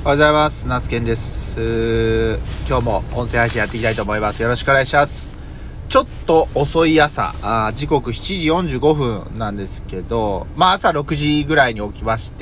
おはようございます。ナスケンです。今日も音声配信やっていきたいと思います。よろしくお願いします。ちょっと遅い朝、時刻7時45分なんですけど、朝6時ぐらいに起きまして、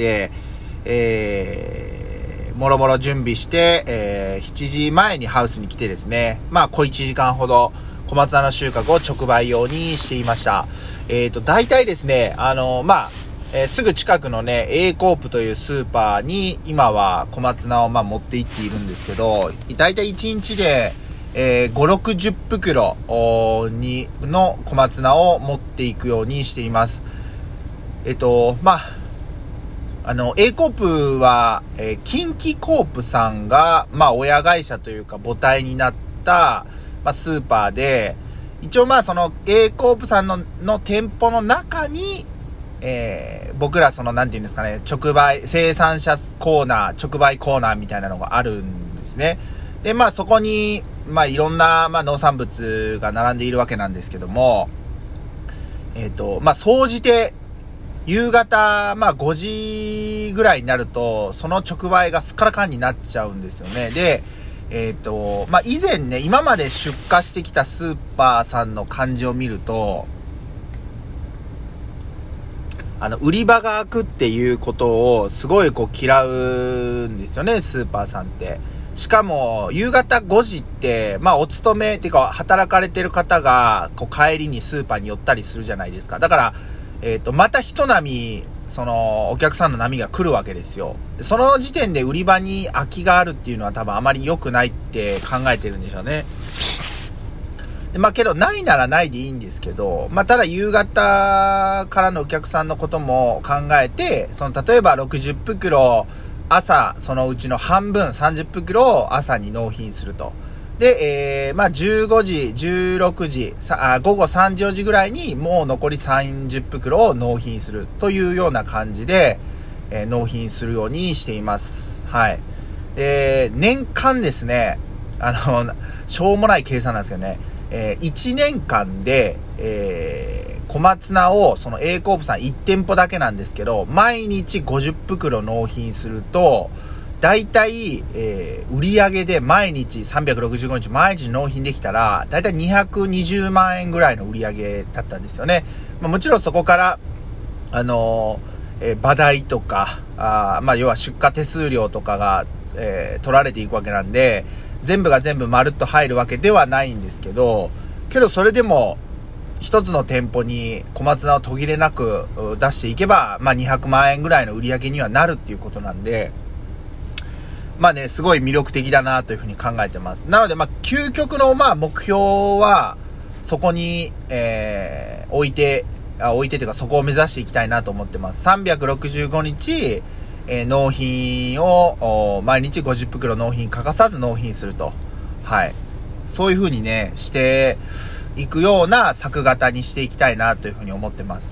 もろもろ準備して、7時前にハウスに来てですね、小1時間ほど小松菜の収穫を直売用にしていました。大体ですね、すぐ近くのね、A コープというスーパーに今は小松菜を持って行っているんですけど、だいたい1日で、5、60袋の小松菜を持っていくようにしています。A コープは、近畿コープさんが、親会社というか母体になった、スーパーで、一応その A コープさんの店舗の中に、僕らなんていうんですかね、生産者コーナー、直売コーナーみたいなのがあるんですね。で、そこに、いろんな、農産物が並んでいるわけなんですけども、総じて、夕方、5時ぐらいになると、その直売がすっからかんになっちゃうんですよね。で、以前ね、今まで出荷してきたスーパーさんの感じを見ると、売り場が開くっていうことをすごい嫌うんですよね、スーパーさんって。しかも、夕方5時って、お勤めっていうか、働かれてる方が、帰りにスーパーに寄ったりするじゃないですか。だから、また一波、お客さんの波が来るわけですよ。その時点で売り場に空きがあるっていうのは多分あまり良くないって考えてるんでしょうね。でけど、ないならないでいいんですけど、ただ夕方からのお客さんのことも考えて、例えば60袋、朝、そのうちの半分、30袋を朝に納品すると。で、15時、16時、午後3時4時ぐらいにもう残り30袋を納品するというような感じで、納品するようにしています。はい。年間ですね、しょうもない計算なんですけどね、1年間で、小松菜をその A コープさん1店舗だけなんですけど、毎日50袋納品すると、だいたい、売上で毎日365日毎日納品できたら、だいたい220万円ぐらいの売上だったんですよね。もちろんそこから、場代とか、要は出荷手数料とかが、取られていくわけなんで、全部が全部まるっと入るわけではないんですけどそれでも一つの店舗に小松菜を途切れなく出していけば、200万円ぐらいの売り上げにはなるっていうことなんで、すごい魅力的だなというふうに考えてます。なので、究極の目標はそこに、置いてというかそこを目指していきたいなと思ってます。365日納品を毎日50袋納品欠かさず納品すると。はい。そういう風にね、していくような作型にしていきたいなという風に思ってます。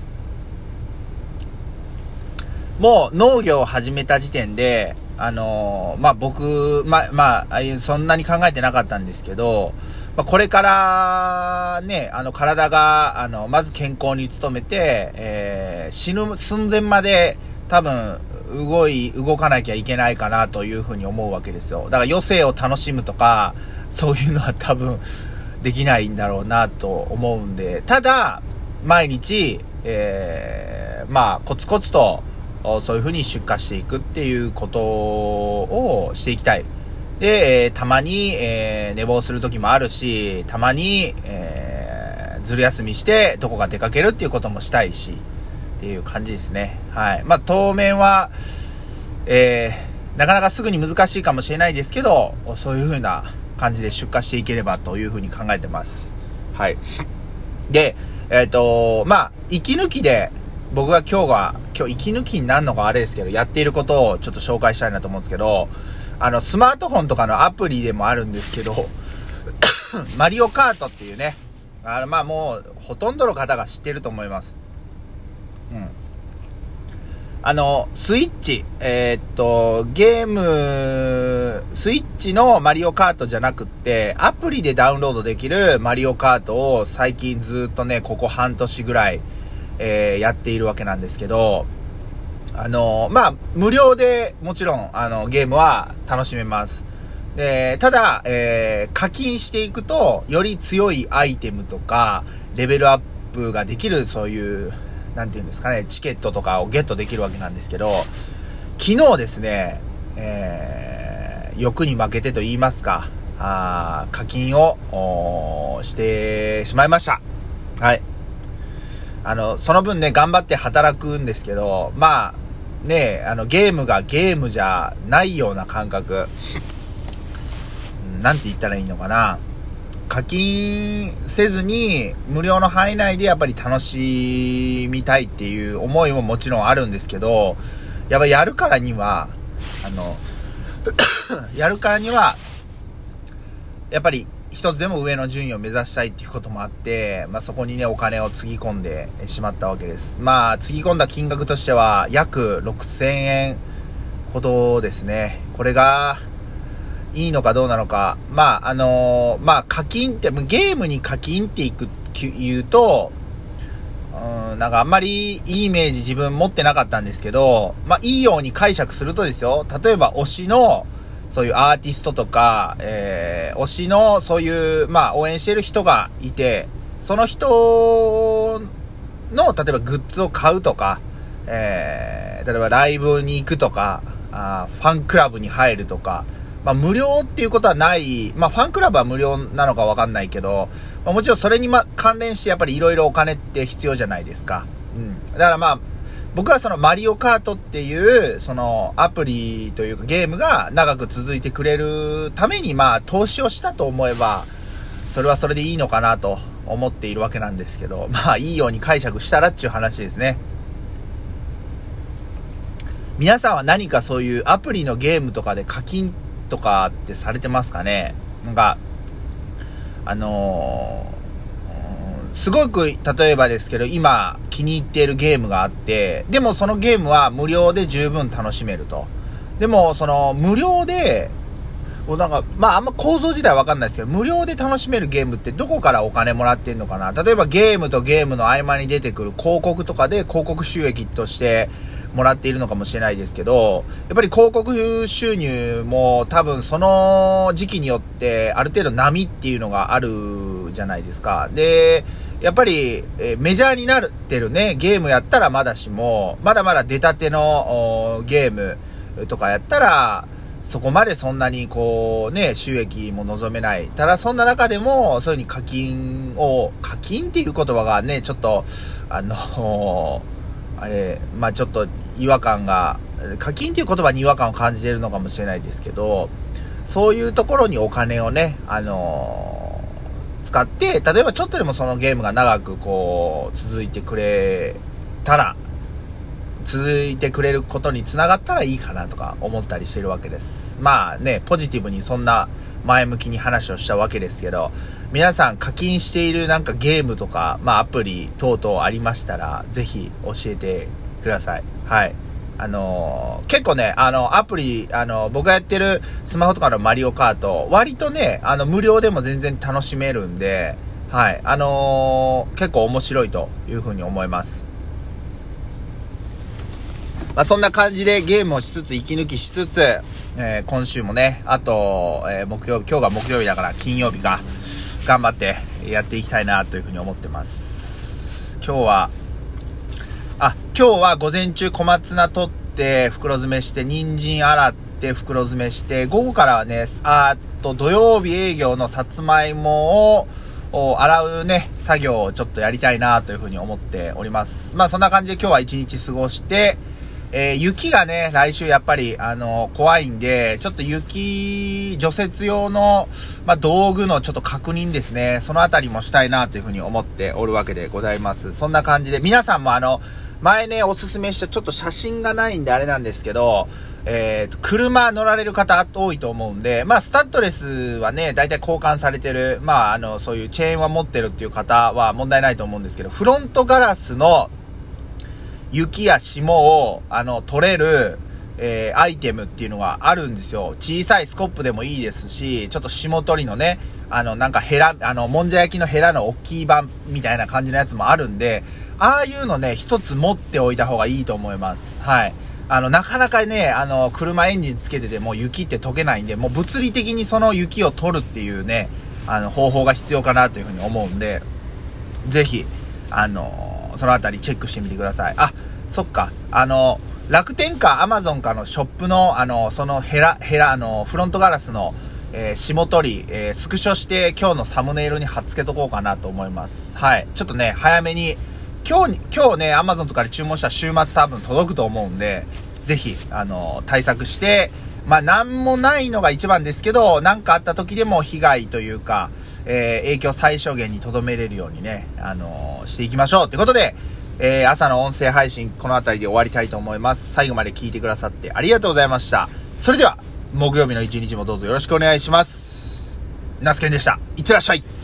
もう農業を始めた時点で、僕、そんなに考えてなかったんですけど、これからね、体が、まず健康に努めて、死ぬ寸前まで多分、動かなきゃいけないかなというふうに思うわけですよ。だから余生を楽しむとか、そういうのは多分できないんだろうなと思うんで、ただ、毎日、コツコツと、そういうふうに出荷していくっていうことをしていきたい。で、たまに、寝坊する時もあるし、たまに、ずる休みしてどこか出かけるっていうこともしたいし、っていう感じですね。はい。当面は、なかなかすぐに難しいかもしれないですけど、そういう風な感じで出荷していければという風に考えてます。はい。で、息抜きで、僕が今日息抜きになるのがあれですけど、やっていることをちょっと紹介したいなと思うんですけど、スマートフォンとかのアプリでもあるんですけど、マリオカートっていうね、もう、ほとんどの方が知ってると思います。スイッチ、ゲーム、スイッチのマリオカートじゃなくって、アプリでダウンロードできるマリオカートを最近ずっとね、ここ半年ぐらい、やっているわけなんですけど、 無料でもちろん、ゲームは楽しめます。ただ、課金していくと、より強いアイテムとか、レベルアップができる、そういう、なんていうんですかね、チケットとかをゲットできるわけなんですけど、昨日ですね、欲に負けてと言いますか、課金をしてしまいました。はい。その分ね、頑張って働くんですけど、ゲームがゲームじゃないような感覚。なんて言ったらいいのかな。課金せずに無料の範囲内でやっぱり楽しみたいっていう思いももちろんあるんですけど、やっぱやるからにはやっぱり一つでも上の順位を目指したいっていうこともあって、そこにねお金をつぎ込んでしまったわけです。つぎ込んだ金額としては約6000円ほどですね。これがいいのかどうなのか。課金って、ゲームに課金って言うと、なんかあんまりいいイメージ自分持ってなかったんですけど、いいように解釈するとですよ、例えば推しの、そういうアーティストとか、推しのそういう、応援してる人がいて、その人の、例えばグッズを買うとか、例えばライブに行くとか、ファンクラブに入るとか、無料っていうことはない。ファンクラブは無料なのかわかんないけど、もちろんそれに関連してやっぱりいろいろお金って必要じゃないですか。だから僕はそのマリオカートっていう、そのアプリというかゲームが長く続いてくれるために投資をしたと思えば、それはそれでいいのかなと思っているわけなんですけど、いいように解釈したらっていう話ですね。皆さんは何かそういうアプリのゲームとかで課金とかってされてますかね。なんかすごく例えばですけど今気に入っているゲームがあって、でもそのゲームは無料で十分楽しめると。でもその無料でなんかあんま構造自体はわかんないですけど、無料で楽しめるゲームってどこからお金もらってんのかな。例えばゲームとゲームの合間に出てくる広告とかで広告収益としてもらっているのかもしれないですけど、やっぱり広告収入も多分その時期によってある程度波っていうのがあるじゃないですか。で、やっぱりメジャーになってるねゲームやったらまだしも、まだまだ出たてのゲームとかやったらそこまでそんなに収益も望めない。ただそんな中でもそういう風に課金っていう言葉がねちょっとちょっと違和感が、課金っていう言葉に違和感を感じているのかもしれないですけど、そういうところにお金をね、使って、例えばちょっとでもそのゲームが長く続いてくれることにつながったらいいかなとか思ったりしてるわけです。ポジティブにそんな前向きに話をしたわけですけど、皆さん課金しているなんかゲームとか、アプリ等々ありましたら、ぜひ教えてください。はい。結構ね、アプリ、僕がやってるスマホとかのマリオカート、割とね、無料でも全然楽しめるんで、はい。結構面白いというふうに思います。そんな感じでゲームをしつつ、息抜きしつつ、今週もね、あと、木曜日、今日が木曜日だから金曜日か、頑張ってやっていきたいなというふうに思ってます。今日は午前中小松菜取って袋詰めして、人参洗って袋詰めして、午後からはね、土曜日営業のさつまいもを洗うね、作業をちょっとやりたいなというふうに思っております。そんな感じで今日は一日過ごして、雪がね、来週やっぱり、怖いんで、ちょっと除雪用の、道具のちょっと確認ですね。そのあたりもしたいなというふうに思っておるわけでございます。そんな感じで、皆さんも前ね、おすすめした、ちょっと写真がないんであれなんですけど、車乗られる方多いと思うんで、スタッドレスはね、だいたい交換されてる、そういうチェーンは持ってるっていう方は問題ないと思うんですけど、フロントガラスの雪や霜を、取れる、アイテムっていうのがあるんですよ。小さいスコップでもいいですし、ちょっと霜取りのね、なんかもんじゃ焼きのヘラの大きい版みたいな感じのやつもあるんで、ああいうのね、一つ持っておいた方がいいと思います。はい。 なかなかね、車エンジンつけてても雪って溶けないんで、もう物理的にその雪を取るっていうね、方法が必要かなというふうに思うんで、ぜひ、そのあたりチェックしてみてください。あ、そっか、楽天かアマゾンかのショップの、そのフロントガラスの、霜取り、スクショして今日のサムネイルに貼っつけとこうかなと思います。はい。ちょっとね、早めに、今日ね、アマゾンとかで注文した週末多分届くと思うんで、ぜひ、対策して、まあ、なんもないのが一番ですけど、なんかあった時でも被害というか、影響最小限に留めれるようにね、していきましょう。ということで、朝の音声配信、この辺りで終わりたいと思います。最後まで聞いてくださってありがとうございました。それでは、木曜日の一日もどうぞよろしくお願いします。ナスケンでした。いってらっしゃい。